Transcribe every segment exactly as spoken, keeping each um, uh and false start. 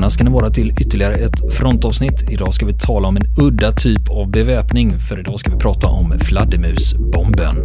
Välkomna ska ni vara till ytterligare ett frontavsnitt. Idag ska vi tala om en udda typ av beväpning, för idag ska vi prata om fladdermusbomben.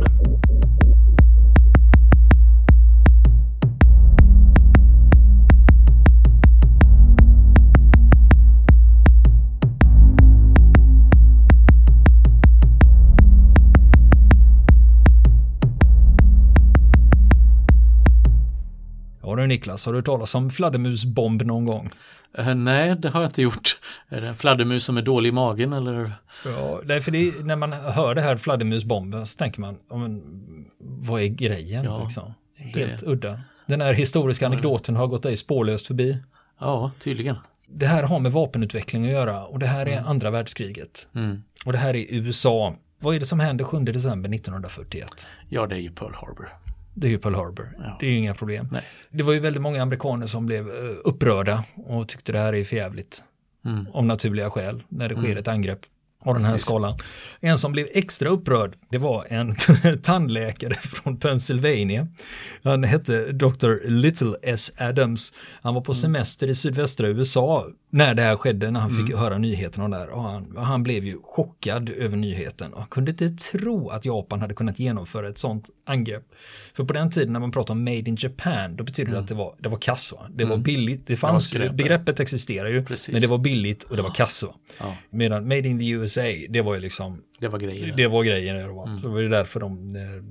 Ja du Niklas, har du talat om fladdermusbomb någon gång? Uh, nej, det har jag inte gjort. Är det en fladdermus som är dålig i magen eller? Ja, nej, för det är, när man hör det här fladdermusbomben så tänker man, ja, men, vad är grejen? Ja, liksom? Helt det... udda. Den här historiska anekdoten har gått dig spårlöst förbi. Ja, tydligen. Det här har med vapenutveckling att göra och det här är mm. andra världskriget. Mm. Och det här är U S A. Vad är det som hände sjunde december nittonhundrafyrtioett? Ja, det är ju Pearl Harbor. Det är ju Pearl Harbor. Ja. Det är ju inga problem. Nej. Det var ju väldigt många amerikaner som blev upprörda och tyckte det här är förjävligt. Mm. Om naturliga skäl, när det sker mm. ett angrepp av den här Precis. skalan. En som blev extra upprörd, det var en tandläkare från Pennsylvania. Han hette doktor Little S. Adams. Han var på semester i sydvästra U S A när det här skedde, när han fick mm. höra nyheterna där. Och han, han blev ju chockad över nyheten. Och han kunde inte tro att Japan hade kunnat genomföra ett sånt angrepp. För på den tiden när man pratar om Made in Japan, då betyder det mm. att det var, det var kass, va? Det mm. var billigt. Det fanns, det begreppet existerar ju, Precis. men det var billigt och det var kass, va? Ja. Medan Made in the U S A, det var ju liksom... Det var grejer. Det var grejer. Det var, mm. det var ju därför de...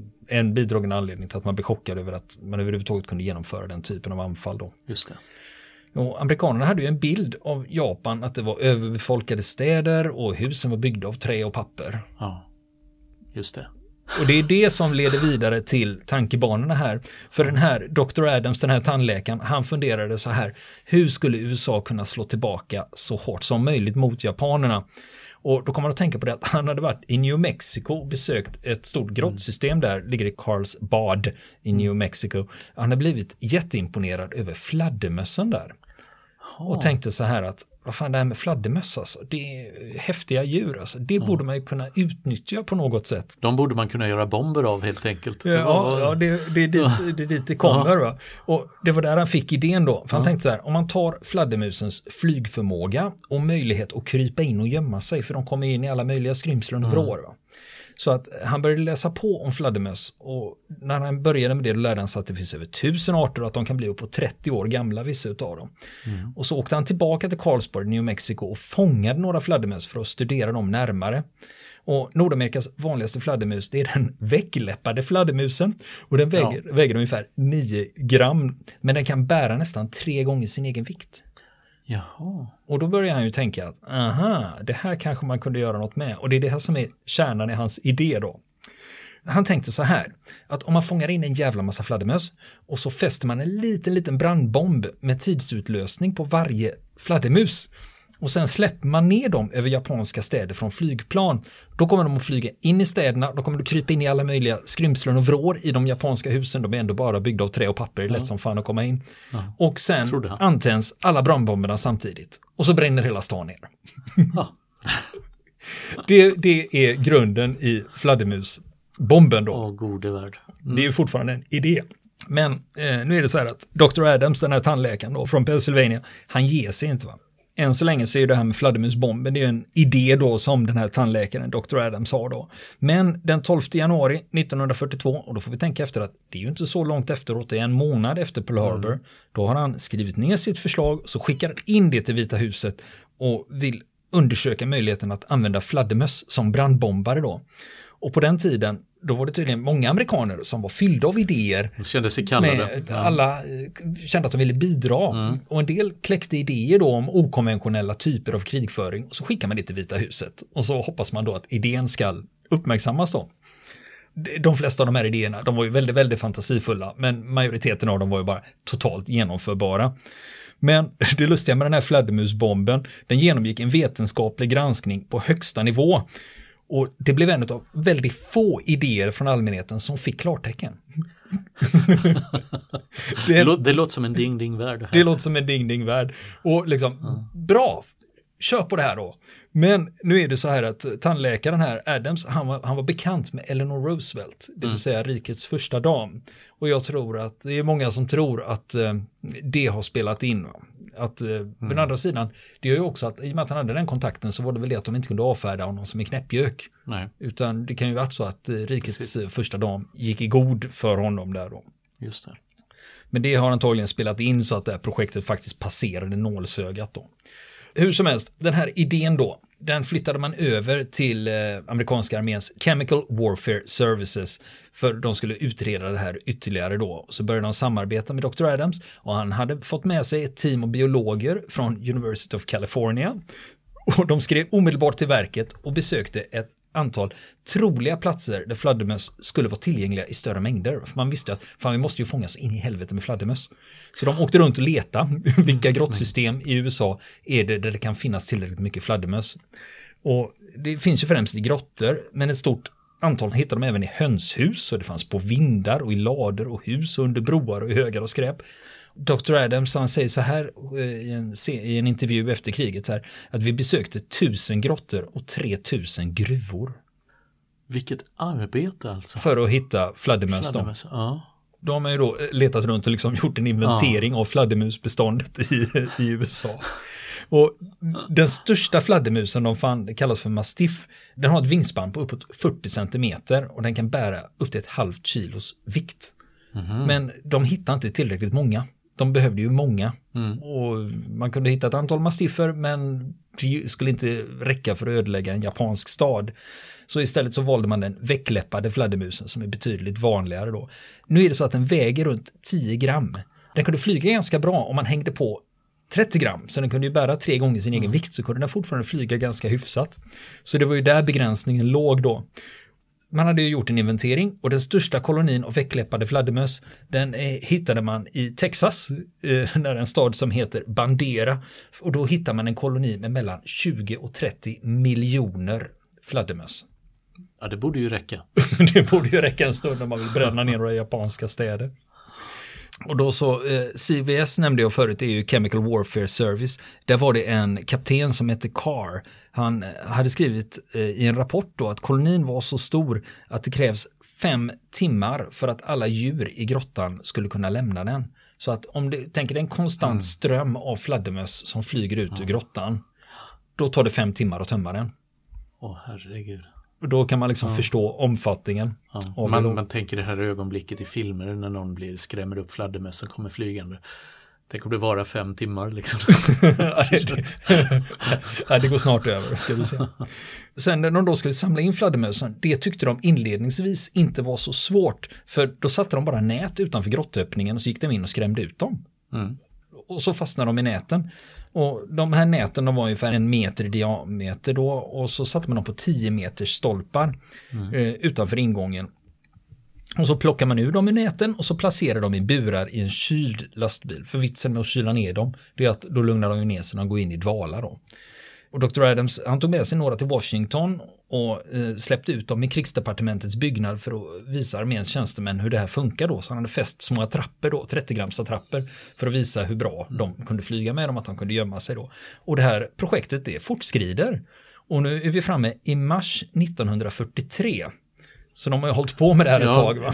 En bidragande anledning till att man blev chockad över att man överhuvudtaget kunde genomföra den typen av anfall då. Just det. Och amerikanerna hade ju en bild av Japan att det var överbefolkade städer och husen var byggda av trä och papper. Ja, just det. Och det är det som leder vidare till tankebanorna här. För den här doktor Adams, den här tandläkaren, han funderade så här: hur skulle U S A kunna slå tillbaka så hårt som möjligt mot japanerna? Och då kommer man att tänka på det att han hade varit i New Mexico och besökt ett stort grottsystem där, ligger i Carlsbad i New Mexico. Han hade blivit jätteimponerad över fladdermössen där. Oh. Och tänkte så här att, vad fan, det här med fladdermöss alltså, det är häftiga djur alltså. Det mm. borde man ju kunna utnyttja på något sätt. De borde man kunna göra bomber av helt enkelt. Ja, var... ja det, det, är dit, det är dit det kommer. Ja. Va? Och det var där han fick idén då. För han ja. tänkte så här, om man tar fladdermusens flygförmåga och möjlighet att krypa in och gömma sig, för de kommer in i alla möjliga skrymslen och vrår, va? Så att han började läsa på om fladdermöss, och när han började med det då lärde han sig att det finns över tusen arter och att de kan bli upp på trettio år gamla, vissa utav dem. Mm. Och så åkte han tillbaka till Carlsbad, New Mexico, och fångade några fladdermöss för att studera dem närmare. Och Nordamerikas vanligaste fladdermus, det är den väggläppade fladdermusen, och den väger, ja. väger ungefär nio gram, men den kan bära nästan tre gånger sin egen vikt. Jaha. Och då börjar han ju tänka att aha, det här kanske man kunde göra något med. Och det är det här som är kärnan i hans idé då. Han tänkte så här, att om man fångar in en jävla massa fladdermöss och så fäster man en liten, liten brandbomb med tidsutlösning på varje fladdermus. Och sen släpper man ner dem över japanska städer från flygplan. Då kommer de att flyga in i städerna. Då kommer de att krypa in i alla möjliga skrymslen och vrår i de japanska husen. De är ändå bara byggda av trä och papper. Det är lätt ja. som fan att komma in. Ja. Och sen antänds alla brandbomberna samtidigt. Och så bränner hela stan ner. Ja. det, det är grunden i fladdermusbomben då. Åh, gode värld. Mm. Det är ju fortfarande en idé. Men eh, nu är det så här att doktor Adams, den här tandläkaren då, från Pennsylvania, han ger sig inte, va? Än så länge så är det här med fladdermusbomben, det är ju en idé då som den här tandläkaren doktor Adams har då. Men den tolfte januari nittonhundrafyrtiotvå, och då får vi tänka efter att det är ju inte så långt efteråt, det är en månad efter Pearl Harbor, mm. då har han skrivit ner sitt förslag, så skickar han in det till Vita huset och vill undersöka möjligheten att använda fladdermöss som brandbombare då. Och på den tiden, då var det tydligen många amerikaner som var fyllda av idéer. De kände sig kallade. Ja. Alla kände att de ville bidra. Mm. Och en del kläckte idéer då om okonventionella typer av krigföring. Och så skickar man det till Vita huset. Och så hoppas man då att idén ska uppmärksammas då. De flesta av de här idéerna, de var ju väldigt, väldigt fantasifulla. Men majoriteten av dem var ju bara totalt genomförbara. Men det lustiga med den här fladdermusbomben, den genomgick en vetenskaplig granskning på högsta nivå. Och det blev en av väldigt få idéer från allmänheten som fick klartecken. det, det, det låter som en ding-ding-värld. Det låter som en ding-ding-värld. Och liksom, mm. bra, kör på det här då. Men nu är det så här att tandläkaren här, Adams, han var, han var bekant med Eleanor Roosevelt, det vill mm. säga rikets första dam. Och jag tror att det är många som tror att eh, det har spelat in. Va? Att, eh, mm. Men andra sidan, det är ju också att i och med att han hade den kontakten så var det väl det att de inte kunde avfärda honom som en knäppjök. Nej. Utan det kan ju varit så att eh, rikets Precis. första dam gick i god för honom där då. Just det. Men det har antagligen spelat in så att det här projektet faktiskt passerade nålsögat då. Hur som helst, den här idén då, den flyttade man över till eh, amerikanska arméns Chemical Warfare Services för de skulle utreda det här ytterligare då. Så började de samarbeta med doktor Adams och han hade fått med sig ett team av biologer från University of California. Och de skrev omedelbart till verket och besökte ett antal troliga platser där fladdermöss skulle vara tillgängliga i större mängder. För man visste att fan, vi måste ju fånga så in i helvete med fladdermöss. Så de åkte runt och letade vilka grottsystem i U S A är det där det kan finnas tillräckligt mycket fladdermöss. Och det finns ju främst i grottor, men ett stort antal hittade de även i hönshus och det fanns på vindar och i lader och hus och under broar och i högar och skräp. doktor Adams han säger så här i en, i en intervju efter kriget så här, att vi besökte tusen grottor och tre tusen gruvor. Vilket arbete alltså. För att hitta fladdermöss. Fladdermöss, ja. De har ju då letat runt och liksom gjort en inventering ja. av fladdermusbeståndet i, i U S A. Och den största fladdermusen de fann kallas för mastiff. Den har ett vingspann på uppåt fyrtio centimeter och den kan bära upp till ett halvt kilos vikt. Mm-hmm. Men de hittade inte tillräckligt många. De behövde ju många. Mm. Och man kunde hitta ett antal mastiffer men det skulle inte räcka för att ödelägga en japansk stad. Så istället så valde man den veckläppade fladdermusen som är betydligt vanligare då. Nu är det så att den väger runt tio gram. Den kunde flyga ganska bra om man hängde på trettio gram. Så den kunde ju bära tre gånger sin mm. egen vikt så kunde den fortfarande flyga ganska hyfsat. Så det var ju där begränsningen låg då. Man hade ju gjort en inventering och den största kolonin av veckläppade fladdermöss den eh, hittade man i Texas, eh, när en stad som heter Bandera. Och då hittar man en koloni med mellan tjugo och trettio miljoner fladdermöss. Ja, det borde ju räcka. Det borde ju räcka en stund när man vill bränna ner några japanska städer. Och då så, eh, C V S nämnde jag förut, det är ju Chemical Warfare Service. Där var det en kapten som hette Carr. Han hade skrivit eh, i en rapport då att kolonin var så stor att det krävs fem timmar för att alla djur i grottan skulle kunna lämna den. Så att om du tänker dig en konstant mm. ström av fladdermöss som flyger ut mm. ur grottan, då tar det fem timmar att tömma den. Åh, herregud. Då kan man liksom ja. förstå omfattningen. Ja. Man, man tänker det här ögonblicket i filmer när någon blir skrämmer upp fladdermöss och kommer flygande. Tänk om det vara fem timmar liksom. Nej, det går snart över, ska du se. Sen när de då skulle samla in fladdermössen, det tyckte de inledningsvis inte var så svårt. För då satte de bara nät utanför grottöppningen och så gick de in och skrämde ut dem. Mm. Och så fastnade de i näten. Och de här näten de var ungefär en meter i diameter då och så satte man dem på tio meters stolpar mm. eh, utanför ingången. Och så plockar man ur dem i näten och så placerar de i burar i en kyld lastbil. För vitsen med att kyla ner dem det är att då lugnar de ju ner sig när de går in i dvala då. Och doktor Adams han tog med sig några till Washington och eh, släppte ut dem i krigsdepartementets byggnad för att visa arméns tjänstemän hur det här funkar då. Så han hade fäst små trapper då, trettio grams trapper för att visa hur bra mm. de kunde flyga med dem, att de kunde gömma sig då. Och det här projektet det fortskrider. Och nu är vi framme i mars nittonhundrafyrtiotre. Så de har ju hållit på med det här ja. ett tag va?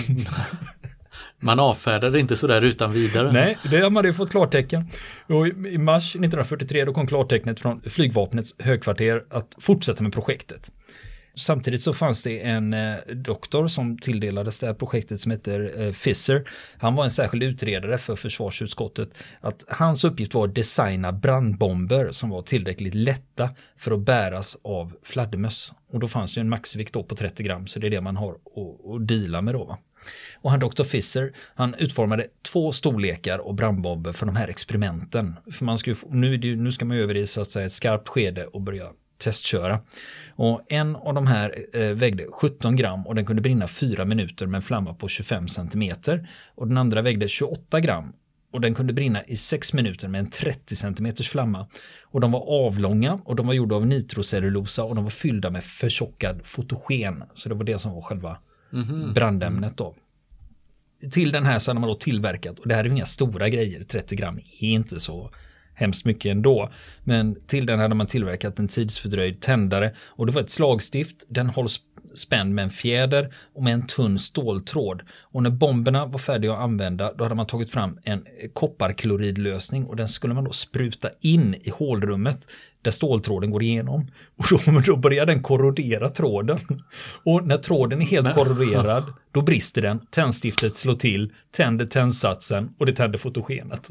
Man avfärdar det inte så där utan vidare. Nej, det har man ju fått klartecken. Och i mars nittonhundrafyrtiotre då kom klartecknet från flygvapnets högkvarter att fortsätta med projektet. Samtidigt så fanns det en eh, doktor som tilldelades det här projektet som heter eh, Fisser. Han var en särskild utredare för försvarsutskottet. Att hans uppgift var att designa brandbomber som var tillräckligt lätta för att bäras av fladdermöss. Och då fanns det en maxvikt då på trettio gram så det är det man har att, att deala med då va. Och han doktor Fisser, han utformade två storlekar och brandbomber för de här experimenten. För man ska ju, nu, är det ju, nu ska man över i så att säga ett skarpt skede och börja testköra. Och en av de här eh, vägde sjutton gram och den kunde brinna fyra minuter med en flamma på tjugofem centimeter. Och den andra vägde tjugoåtta gram och den kunde brinna i sex minuter med en trettio centimeters flamma. Och de var avlånga och de var gjorda av nitrocellulosa och de var fyllda med förtjockad fotogen. Så det var det som var själva mm-hmm. brandämnet då. Till den här så hade man då tillverkat, och det här är inga stora grejer, trettio gram är inte så hemskt mycket ändå. Men till den hade man tillverkat en tidsfördröjd tändare och det var ett slagstift. Den hålls spänd med en fjäder och med en tunn ståltråd. Och när bomberna var färdiga att använda, då hade man tagit fram en kopparkloridlösning och den skulle man då spruta in i hålrummet där ståltråden går igenom. Och då, då börjar den korrodera tråden. Och när tråden är helt korroderad, då brister den, tändstiftet slår till, tänder tändsatsen och det tänder fotogenet.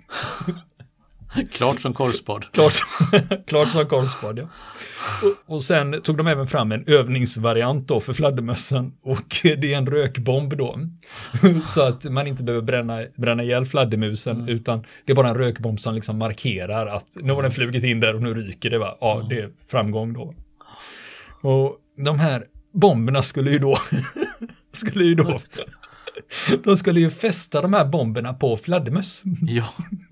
Klart som korvspad. Klart, klart som korvspad, ja. Och, och sen tog de även fram en övningsvariant då för fladdermössen och det är en rökbomb då. Så att man inte behöver bränna, bränna ihjäl fladdermusen mm. utan det är bara en rökbomb som liksom markerar att nu har den flugit in där och nu ryker det, va? Ja, det är framgång då. Och de här bomberna skulle ju då skulle ju då de skulle ju fästa de här bomberna på fladdermöss. Ja.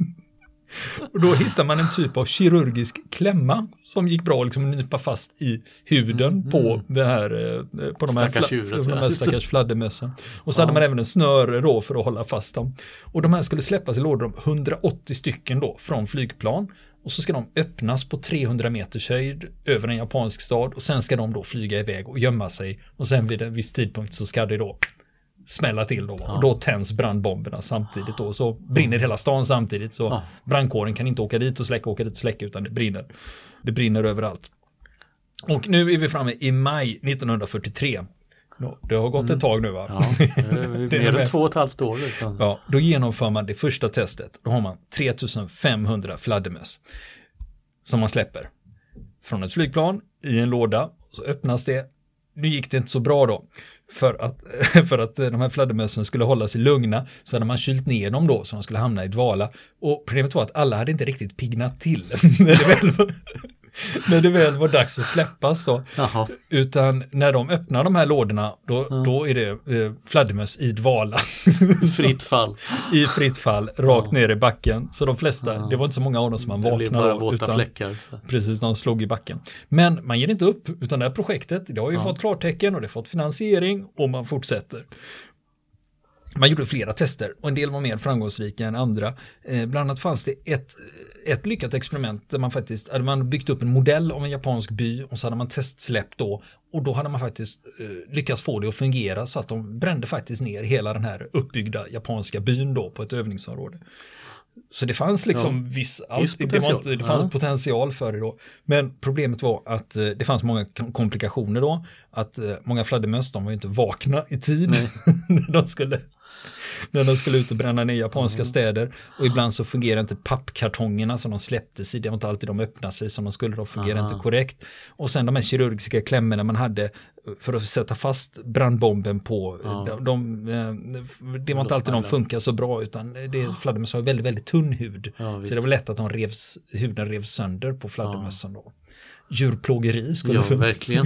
Och då hittar man en typ av kirurgisk klämma som gick bra liksom att nypa fast i huden mm. på det här på de här, stackars fla- djuret, de här stackars fladdermössen. Och så ja. hade man även en snöre då för att hålla fast dem. Och de här skulle släppas i lådor om hundraåttio stycken då från flygplan. Och så ska de öppnas på trehundra meters höjd över en japansk stad och sen ska de då flyga iväg och gömma sig. Och sen vid en viss tidpunkt så ska det då smälla till då. Ja. Och då tänds brandbomberna samtidigt då. Så brinner hela stan samtidigt. Så ja. brandkåren kan inte åka dit och släcka, åka dit och släcka utan det brinner. Det brinner överallt. Och nu är vi framme i maj nittonhundrafyrtiotre. Det har gått ett tag nu, va? Ja, det är mer än två och ett halvt år. Liksom. Ja, då genomför man det första testet. Då har man tre tusen femhundra fladdermöss som man släpper från ett flygplan i en låda. Så öppnas det. Nu gick det inte så bra då. För att, för att de här fladdermössen skulle hålla sig lugna så hade man kylt ner dem då så de skulle hamna i dvala. Och problemet var att alla hade inte riktigt pignat till när det väl var, när det väl var dags att släppas då. Jaha. Utan när de öppnar de här lådorna då, ja. då är det eh, fladdermöss i dvala. Fritt fall. I fritt fall, rakt ja. ner i backen. Så de flesta, ja. det var inte så många av dem som man vaknade. Det blev bara våta utan, fläckar. Så. Precis, de slog i backen. Men man ger inte upp, utan det här projektet, det har ju ja. fått klartecken och det har fått finansiering och man fortsätter. Man gjorde flera tester och en del var mer framgångsrika än andra. Eh, bland annat fanns det ett, ett lyckat experiment där man faktiskt hade man byggt upp en modell av en japansk by och så hade man testsläppt då och då hade man faktiskt eh, lyckats få det att fungera så att de brände faktiskt ner hela den här uppbyggda japanska byn då på ett övningsområde. Så det fanns liksom ja. viss, allt, det, var inte, det fanns ja. potential för det då. Men problemet var att eh, det fanns många komplikationer då. Att eh, många fladdermöss, de var ju inte vakna i tid när de skulle när de skulle ut och bränna ner japanska mm. städer. Och ibland så fungerar inte pappkartongerna som de släpptes i. Det var inte alltid de öppnade sig som de skulle. De fungerar Aha. inte korrekt. Och sen de här kirurgiska klämmorna man hade för att sätta fast brandbomben på. Ja. De, de, det var inte alltid de funkar så bra utan det, fladdermöss har väldigt, väldigt tunn hud. Ja, så det var lätt att de revs, huden revs sönder på fladdermössen då. Djurplågeri skulle ja, för... verkligen.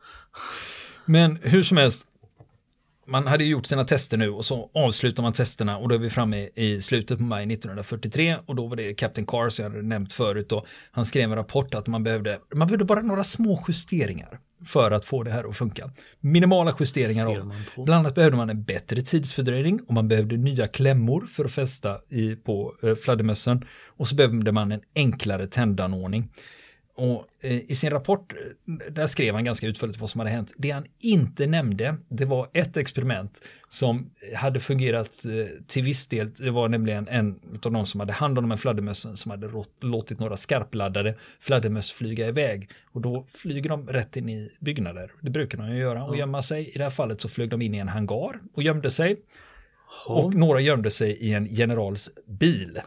Men hur som helst, man hade gjort sina tester nu och så avslutar man testerna och då är vi framme i slutet på maj nittonhundrafyrtiotre och då var det Captain Carr som jag hade nämnt förut och han skrev en rapport att man behövde, man behövde bara några små justeringar för att få det här att funka. Minimala justeringar av. Bland annat behövde man en bättre tidsfördröjning och man behövde nya klämmor för att fästa i, på eh, fladdermössen och så behövde man en enklare tändanordning. Och eh, i sin rapport, där skrev han ganska utförligt vad som hade hänt. Det han inte nämnde, det var ett experiment som hade fungerat eh, till viss del. Det var nämligen en av de som hade hand om de här fladdermössen som hade råt, låtit några skarpladdade fladdermöss flyga iväg. Och då flyger de rätt in i byggnader. Det brukar de ju göra och gömma sig. I det här fallet så flög de in i en hangar och gömde sig. Och några gömde sig i en generals bil.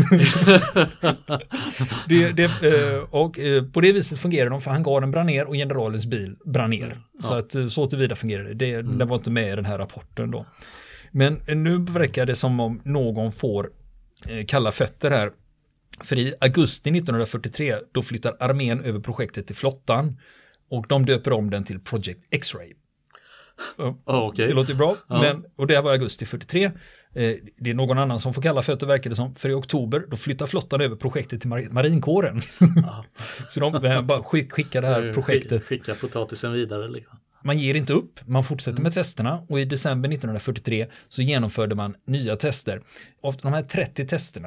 det, det, och på det viset fungerar de för hangaren brann ner och generalens bil brann ner. Ja. Så att så tillvida fungerar det. Det, mm. det var inte med i den här rapporten då. Men nu verkar det som om någon får kalla fötter här. För i augusti nittonhundrafyrtiotre då flyttar armén över projektet till flottan. Och de döper om den till Project X-Ray. Oh, okay. Det låter bra, ja. men, och det här var augusti fyrtiotre. Eh, det är någon annan som får kalla fötter verkar det som. För i oktober då flyttar flottan över projektet till mar- marinkåren. Ja. Så de eh, bara skick, skickar det här projektet. Skickar potatisen vidare liksom. Man ger inte upp, man fortsätter med testerna och i december nittonhundrafyrtiotre så genomförde man nya tester. Av de här trettio testerna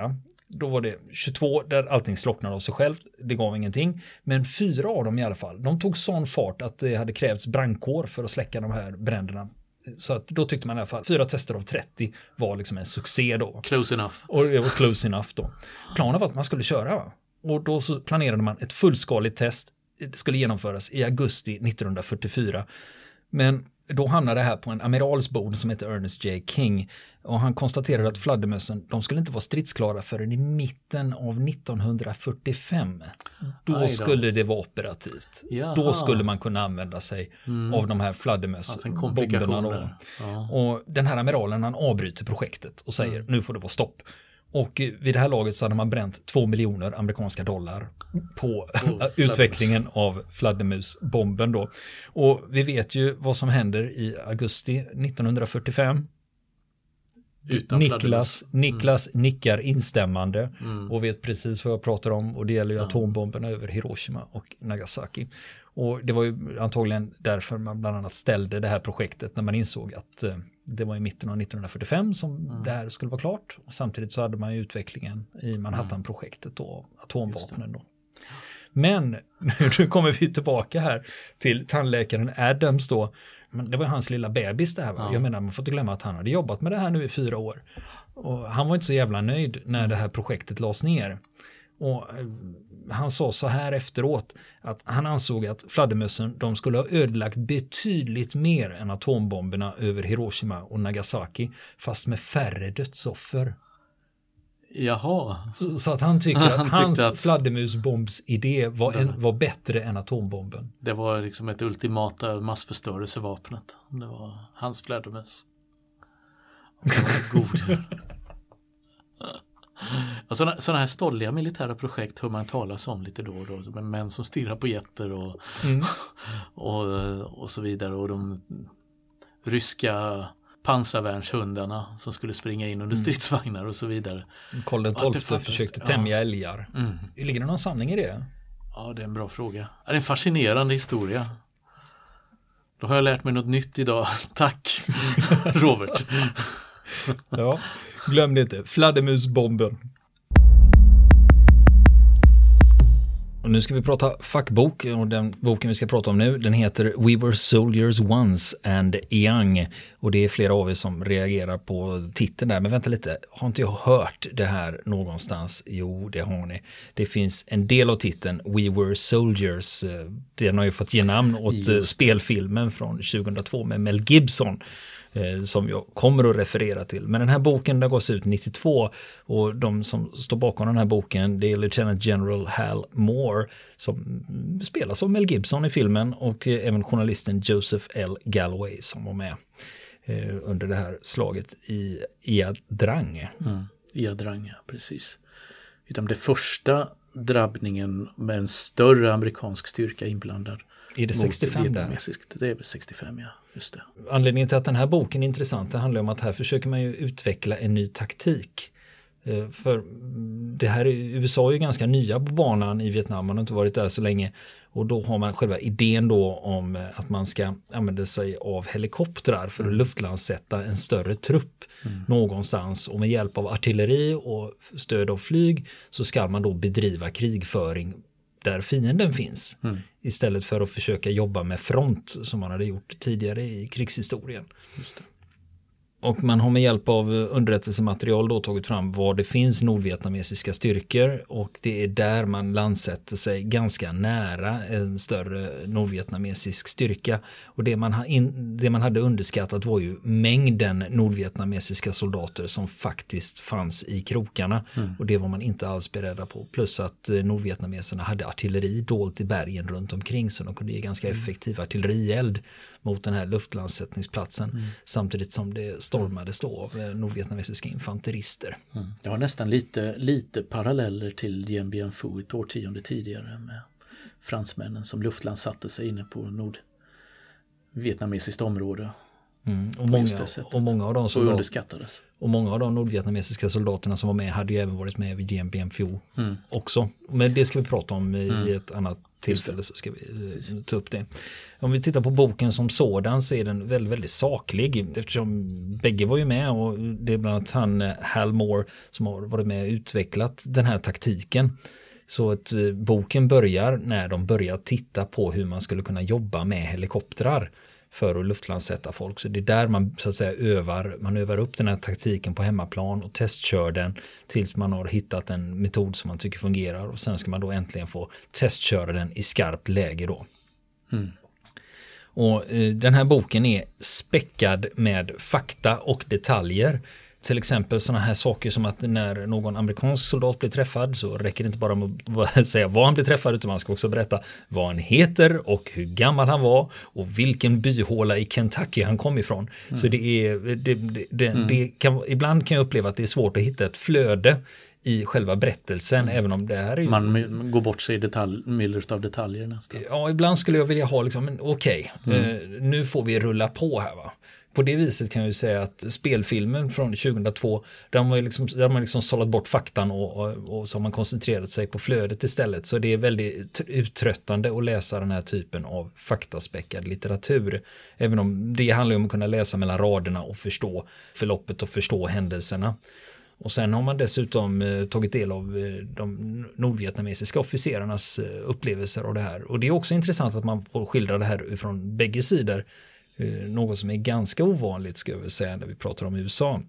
Då var det tjugotvå där allting slocknade av sig självt. Det gav ingenting. Men fyra av dem i alla fall, de tog sån fart att det hade krävts brandkår för att släcka de här bränderna. Så att då tyckte man i alla fall, fyra tester av trettio var liksom en succé då. Close enough. Och det var close enough då. Planen var att man skulle köra, va? Och då så planerade man ett fullskaligt test. Det skulle genomföras i augusti nittonhundrafyrtiofyra. Men då hamnade det här på en amirals bord som heter Ernest J. King. Och han konstaterade att fladdermössen, de skulle inte vara stridsklara förrän i mitten av nittonhundrafyrtiofem. Då, då skulle det vara operativt. Jaha. Då skulle man kunna använda sig mm. av de här fladdermössbomberna. Ja. Och den här amiralen, han avbryter projektet och säger, mm. nu får det vara stopp. Och vid det här laget så hade man bränt två miljoner amerikanska dollar på oh, utvecklingen av fladdermusbomben då. Och vi vet ju vad som händer i augusti nittonhundrafyrtiofem. Utan Niklas, Niklas mm. nickar instämmande mm. och vet precis vad jag pratar om, och det gäller ju ja. atombomberna över Hiroshima och Nagasaki. Och det var ju antagligen därför man bland annat ställde det här projektet, när man insåg att eh, det var i mitten av nittonhundrafyrtiofem som mm. det här skulle vara klart. Och samtidigt så hade man ju utvecklingen i Manhattan-projektet då, atomvapnen då. Men nu kommer vi tillbaka här till tandläkaren Adams då. Men det var hans lilla bebis det här, va? Ja. Jag menar, man får inte glömma att han hade jobbat med det här nu i fyra år. Och han var inte så jävla nöjd när det här projektet lades ner. Och han sa så här efteråt att han ansåg att fladdermössen, de skulle ha ödelagt betydligt mer än atombomberna över Hiroshima och Nagasaki, fast med färre dödsoffer. Jaha. Så, så att han tycker att han hans att... fladdermusbombsidé var, en, var bättre än atombomben. Det var liksom ett ultimata massförstörelsevapnet. Det var hans fladdermus. Det var god. Och sådana, sådana här stolliga militära projekt hör man talas om lite då och då. Med män som stirrar på jätter och, mm. och, och så vidare. Och de ryska pansarvärnshundarna som skulle springa in under stridsvagnar och så vidare. Karl den tolfte försökte tämja ja. älgar. Mm. Ligger det någon sanning i det? Ja, det är en bra fråga. Det är en fascinerande historia. Då har jag lärt mig något nytt idag. Tack, Robert. Ja, glöm det inte. Fladdermusbomben. Och nu ska vi prata fackbok, och den boken vi ska prata om nu, den heter We Were Soldiers Once and Young, och det är flera av er som reagerar på titeln där, men vänta lite, har inte jag hört det här någonstans? Jo, det har ni. Det finns en del av titeln We Were Soldiers, den har ju fått ge namn åt Just. spelfilmen från tjugohundratvå med Mel Gibson, som jag kommer att referera till. Men den här boken där gås ut nittiotvå, och de som står bakom den här boken, det är Lieutenant General Hal Moore som spelas av Mel Gibson i filmen, och även journalisten Joseph L. Galloway som var med eh, under det här slaget i Ia Drang. Mm, Ia Drang, ja, precis. Utan det första drabbningen med en större amerikansk styrka inblandad. Är det sextiofem där? Det är sextiofem, ja. Just det. Anledningen till att den här boken är intressant, det handlar om att här försöker man ju utveckla en ny taktik. För det här är, U S A är ju ganska nya på banan i Vietnam, man har inte varit där så länge, och då har man själva idén då om att man ska använda sig av helikoptrar för att mm. luftlandsätta en större trupp mm. någonstans, och med hjälp av artilleri och stöd av flyg så ska man då bedriva krigföring där fienden finns, mm. istället för att försöka jobba med front som man hade gjort tidigare i krigshistorien. Just det. Och man har med hjälp av underrättelsematerial då tagit fram var det finns nordvietnamesiska styrkor, och det är där man landsätter sig ganska nära en större nordvietnamesisk styrka. Och det man, ha in, det man hade underskattat var ju mängden nordvietnamesiska soldater som faktiskt fanns i krokarna. Mm. Och det var man inte alls beredda på. Plus att nordvietnameserna hade artilleri dolt i bergen runt omkring, så de kunde ge ganska effektiv artillerield mot den här luftlandsättningsplatsen, mm. samtidigt som det stormades då av nordvietnamesiska infanterister. Mm. Det var nästan lite, lite paralleller till Dien Bien Phu ett årtionde tidigare med fransmännen som luftlandsatte sig inne på nordvietnamesiskt område. Mm. Och, många, och många av de soldater, underskattades. Och många av de nordvietnamesiska soldaterna som var med hade ju även varit med vid G M B M F O mm. också. Men det ska vi prata om i mm. ett annat tillfälle, så ska vi Precis. ta upp det. Om vi tittar på boken som sådan så är den väldigt, väldigt saklig, eftersom bägge var ju med, och det är bland annat han Hal Moore som har varit med och utvecklat den här taktiken. Så att boken börjar när de börjar titta på hur man skulle kunna jobba med helikoptrar för att luftlandsätta folk. Så det är där man så att säga övar, man övar upp den här taktiken på hemmaplan och testkör den tills man har hittat en metod som man tycker fungerar, och sen ska man då äntligen få testköra den i skarpt läge då. Mm. Och eh, den här boken är späckad med fakta och detaljer. Till exempel sådana här saker som att när någon amerikansk soldat blir träffad så räcker det inte bara med att säga vad han blir träffad, utan man ska också berätta vad han heter och hur gammal han var och vilken byhåla i Kentucky han kom ifrån. Mm. Så det är, det, det, det, mm. det kan, ibland kan jag uppleva att det är svårt att hitta ett flöde i själva berättelsen, mm. även om det här är ju... Man går bort sig i detalj, myllret av detaljer nästan. Ja, ibland skulle jag vilja ha liksom, men okej, okay, mm. eh, nu får vi rulla på här va. På det viset kan jag ju säga att spelfilmen från tjugohundratvå, där man liksom, där man liksom sållat bort faktan och, och, och så har man koncentrerat sig på flödet istället. Så det är väldigt uttröttande att läsa den här typen av faktaspäckad litteratur. Även om det handlar om att kunna läsa mellan raderna och förstå förloppet och förstå händelserna. Och sen har man dessutom eh, tagit del av eh, de nordvietnamesiska officerarnas eh, upplevelser av det här. Och det är också intressant att man får skildra det här från bägge sidor. Något som är ganska ovanligt, ska jag väl säga, när vi pratar om U S A.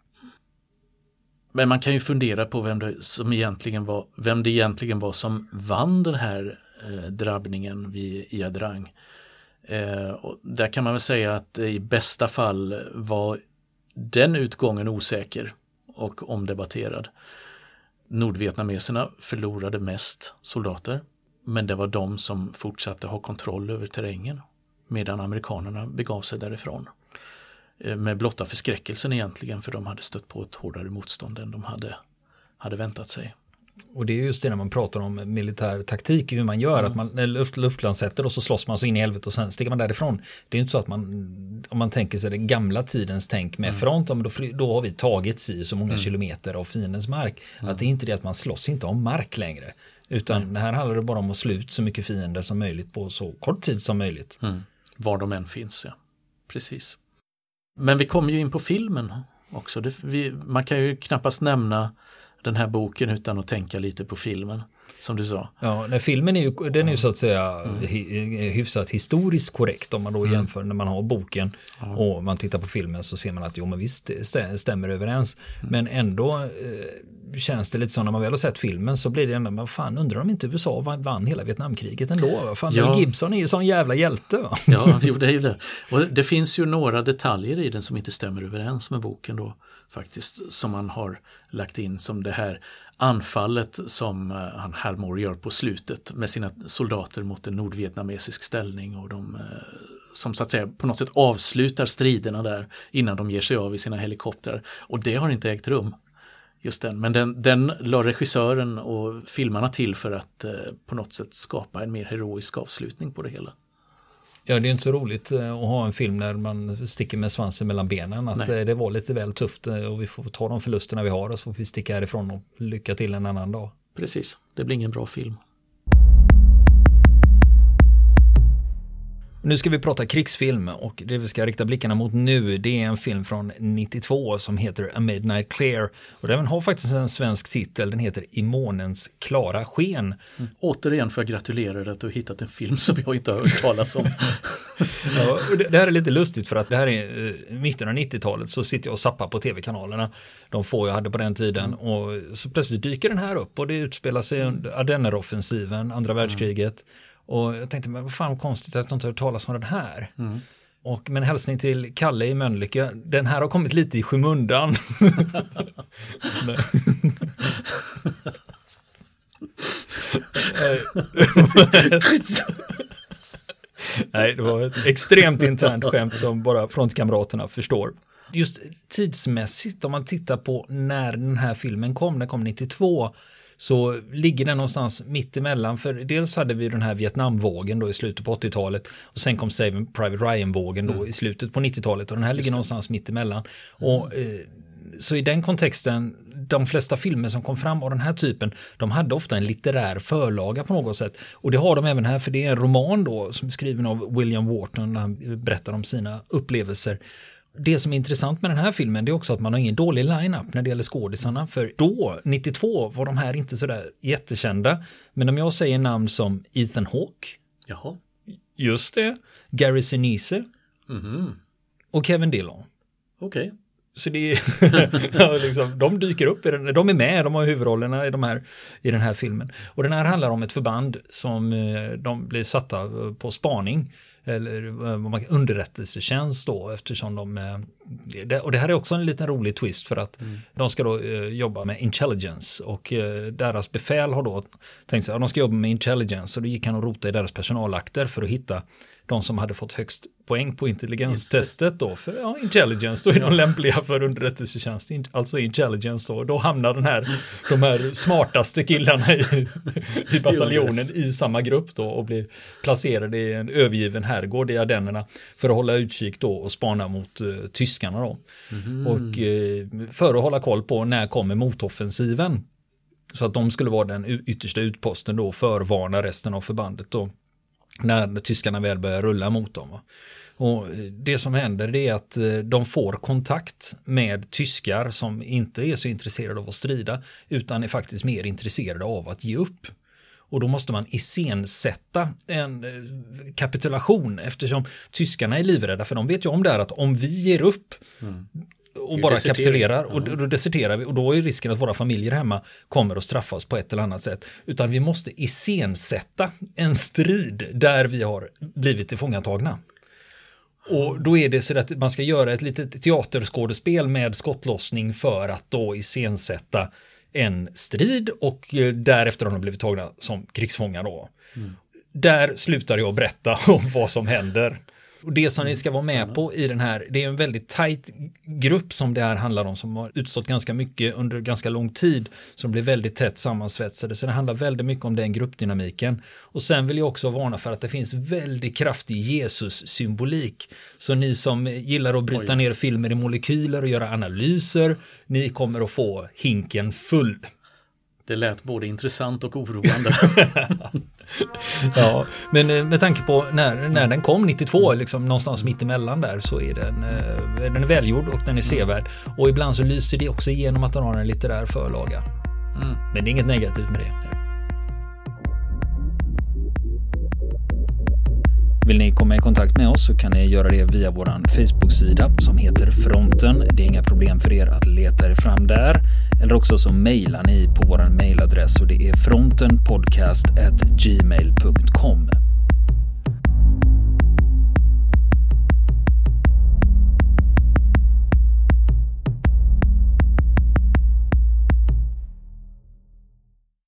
Men man kan ju fundera på vem det, som egentligen var, vem det egentligen var som vann den här eh, drabbningen vid Ia Drang. Eh, och där kan man väl säga att i bästa fall var den utgången osäker och omdebatterad. Nordvietnameserna förlorade mest soldater, men det var de som fortsatte ha kontroll över terrängen, medan amerikanerna begav sig därifrån. Med blotta förskräckelsen egentligen, för de hade stött på ett hårdare motstånd än de hade, hade väntat sig. Och det är just det när man pratar om militär taktik, hur man gör, mm. att man luft, luftlandsätter och så slåss man så in i helvete och sen sticker man därifrån. Det är inte så att man, om man tänker sig den gamla tidens tänk med mm. front, då, då har vi tagit sig så många mm. kilometer av fiendens mark. Mm. Att det är inte det att man slåss inte om mark längre, utan mm. här handlar det bara om att slå ut så mycket fiender som möjligt på så kort tid som möjligt. Mm. Var de än finns, ja. Precis. Men vi kommer ju in på filmen också. Det, vi, man kan ju knappast nämna den här boken utan att tänka lite på filmen, som du sa. Ja, när filmen är ju, den är ju så att säga mm. hyfsat historiskt korrekt om man då mm. jämför när man har boken mm. och man tittar på filmen, så ser man att jo, men visst det stämmer överens. Mm. Men ändå eh, känns det lite så när man väl har sett filmen, så blir det ändå, men fan, undrar om inte U S A vann hela Vietnamkriget ändå? Fan, ja. Gibson är ju sån jävla hjälte, va? Ja, jo, det är ju det. Och det finns ju några detaljer i den som inte stämmer överens med boken då, faktiskt, som man har lagt in, som det här anfallet som uh, han Hal Moore gör på slutet med sina soldater mot en nordvietnamesisk ställning, och de uh, som så att säga på något sätt avslutar striderna där innan de ger sig av i sina helikoptrar, och det har inte ägt rum, just den, men den, den la regissören och filmarna till för att uh, på något sätt skapa en mer heroisk avslutning på det hela. Ja, det är inte så roligt att ha en film där man sticker med svansen mellan benen. Att Nej. Det var lite väl tufft och vi får ta de förlusterna vi har och så får vi sticka härifrån och lycka till en annan dag. Precis, det blir ingen bra film. Nu ska vi prata krigsfilm, och det vi ska rikta blickarna mot nu, det är en film från nittiotvå som heter A Midnight Clear, och den har faktiskt en svensk titel, den heter I månens klara sken. Mm. Återigen får jag gratulera dig att du har hittat en film som jag inte har hört talas om. Ja, det, det här är lite lustigt, för att det här är uh, mitten av nittiotalet, så sitter jag och zappar på tv-kanalerna, de få jag hade på den tiden, mm. och så plötsligt dyker den här upp, och det utspelar sig under Ardenneroffensiven, andra världskriget. Mm. Och jag tänkte, men vad fan konstigt att de inte har hört talas om den här. Mm. Och, men hälsning till Kalle i Mölnlycke, den här har kommit lite i skymundan. Nej, det var ett extremt internt skämt som bara frontkamraterna förstår. Just tidsmässigt, om man tittar på när den här filmen kom, den kom nittiotvå, så ligger den någonstans mitt emellan. För dels hade vi den här Vietnamvågen då i slutet på åttiotalet och sen kom Saving Private Ryan-vågen då mm. i slutet på nittiotalet och den här ligger någonstans mitt emellan. Mm. Och eh, så i den kontexten, de flesta filmer som kom fram av den här typen, de hade ofta en litterär förlaga på något sätt. Och det har de även här, för det är en roman då som är skriven av William Wharton när han berättar om sina upplevelser. Det som är intressant med den här filmen, det är också att man har ingen dålig line-up när det gäller skådisarna. För då, nittiotvå, var de här inte sådär jättekända. Men om jag säger namn som Ethan Hawke, Jaha. just det, Gary Sinise mm-hmm. och Kevin Dillon. Okej. Okay. Så det är, liksom, de dyker upp, i den, de är med, de har huvudrollerna i, de här, i den här filmen. Och den här handlar om ett förband som de blir satta på spaning eller underrättelsetjänst då, eftersom de, och det här är också en liten rolig twist för att mm. de ska då jobba med intelligence och deras befäl har då tänkt sig att de ska jobba med intelligence och då gick han och rota i deras personalakter för att hitta de som hade fått högst poäng på intelligenstestet då, för ja, intelligence, då är de lämpliga för underrättelsetjänst, alltså intelligence då, då hamnar den här, de här smartaste killarna i, i bataljonen i samma grupp då och blir placerade i en övergiven herrgård i Ardennerna för att hålla utkik då och spana mot uh, tyskarna då. Mm. Och uh, för att hålla koll på när kommer motoffensiven, så att de skulle vara den yttersta utposten då, förvarna resten av förbandet då när tyskarna väl börjar rulla mot dem. Och det som händer det är att de får kontakt med tyskar som inte är så intresserade av att strida utan är faktiskt mer intresserade av att ge upp. Och då måste man iscensätta en kapitulation eftersom tyskarna är livrädda, för de vet ju om det här att om vi ger upp mm. och bara kapitulerar och då deserterar vi och då är risken att våra familjer hemma kommer att straffas på ett eller annat sätt. Utan vi måste iscensätta en strid där vi har blivit tillfångatagna. Och då är det så att man ska göra ett litet teaterskådespel med skottlossning för att då iscensätta en strid och därefter har de blivit tagna som krigsfångar då. Mm. Där slutar jag berätta om vad som händer. Och det som ni ska vara med på i den här, det är en väldigt tajt grupp som det här handlar om, som har utstått ganska mycket under ganska lång tid, som blir väldigt tätt sammansvetsade. Så det handlar väldigt mycket om den gruppdynamiken. Och sen vill jag också varna för att det finns väldigt kraftig Jesus-symbolik. Så ni som gillar att bryta Oj. ner filmer i molekyler och göra analyser, ni kommer att få hinken full. Det lät både intressant och oroande. Ja, men med tanke på när, när den kom nittiotvå, liksom någonstans mitt emellan där, så är den, den är välgjord och den är sevärd. Och ibland så lyser det också igenom att den har en litterär förlaga. Mm. Men det är inget negativt med det. Vill ni komma i kontakt med oss så kan ni göra det via vår Facebook-sida som heter Fronten. Det är inga problem för er att leta er fram där. Eller också så mejlar ni på vår mejladress och det är frontenpodcast at gmail punkt com.